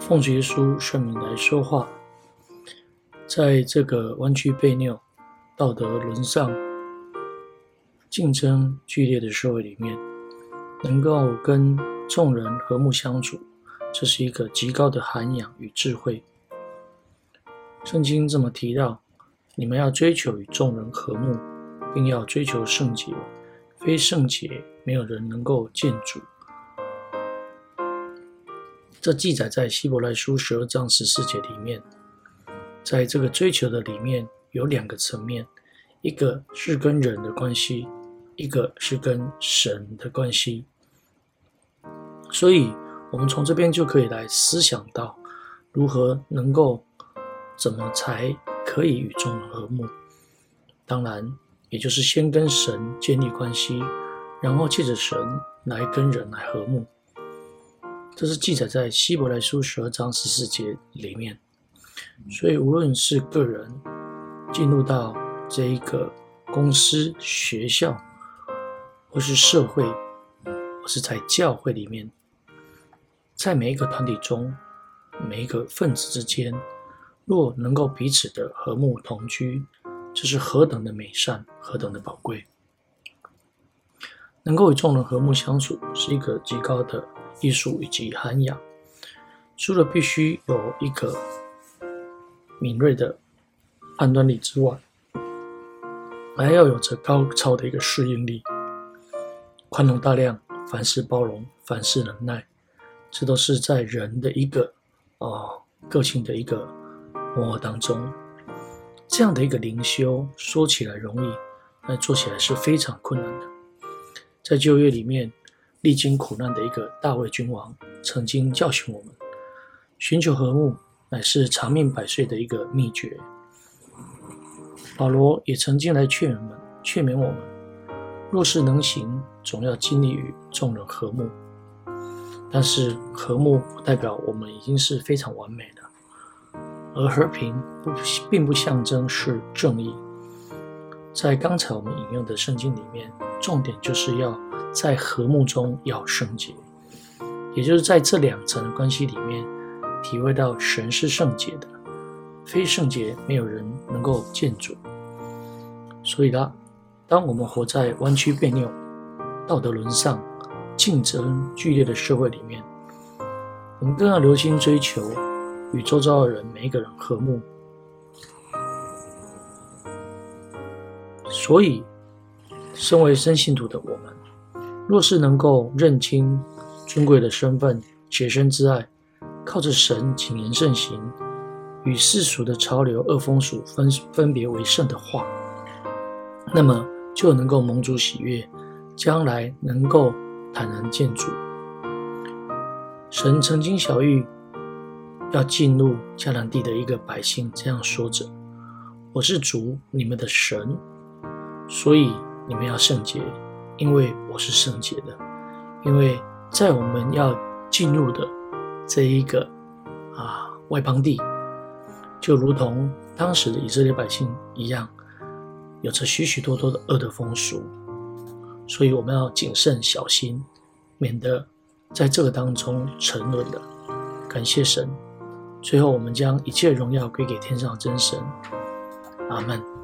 奉主耶稣圣名来说话。在这个弯曲悖拗、道德沦丧、竞争剧烈的社会里面，能够跟众人和睦相处，这是一个极高的涵养与智慧。圣经这么提到，你们要追求与众人和睦，并要追求圣洁，非圣洁没有人能够见主。这记载在希伯来书12章14节里面。在这个追求的里面有两个层面，一个是跟人的关系，一个是跟神的关系。所以我们从这边就可以来思想到，如何能够怎么才可以与众人和睦。当然也就是先跟神建立关系，然后借着神来跟人来和睦。这是记载在希伯来书12章14节里面。所以无论是个人进入到这一个公司、学校，或是社会，或是在教会里面，在每一个团体中，每一个分子之间，若能够彼此的和睦同居，这是何等的美善，何等的宝贵。能够与众人和睦相处，是一个极高的艺术以及涵养。除了必须有一个敏锐的判断力之外，还要有着高超的一个适应力，宽容大量，凡事包容，凡事忍耐，这都是在人的一个个性的一个磨合当中。这样的一个灵修说起来容易，但做起来是非常困难的。在旧约里面历经苦难的一个大卫君王曾经教训我们，寻求和睦乃是长命百岁的一个秘诀。保罗也曾经来劝勉我们，若是能行，总要尽力与众人和睦。但是和睦不代表我们已经是非常完美的，而和平并不象征是正义。在刚才我们引用的圣经里面，重点就是要在和睦中要圣洁，也就是在这两层的关系里面体会到神是圣洁的，非圣洁没有人能够见主。所以当我们活在弯曲悖拗、道德沦丧、竞争剧烈的社会里面，我们更要留心追求与周遭的人每一个人和睦。所以身为真信徒的我们，若是能够认清尊贵的身份，洁身自爱，靠着神谨言慎行，与世俗的潮流恶风俗分别为圣的话，那么就能够蒙主喜悦，将来能够坦然见主。神曾经晓谕要进入迦南地的一个百姓这样说着，我是主你们的神，所以你们要圣洁，因为我是圣洁的。因为在我们要进入的这一个外邦地，就如同当时的以色列百姓一样，有着许许多多的恶的风俗，所以我们要谨慎小心，免得在这个当中沉沦了。感谢神，最后我们将一切荣耀归给天上的真神。阿们。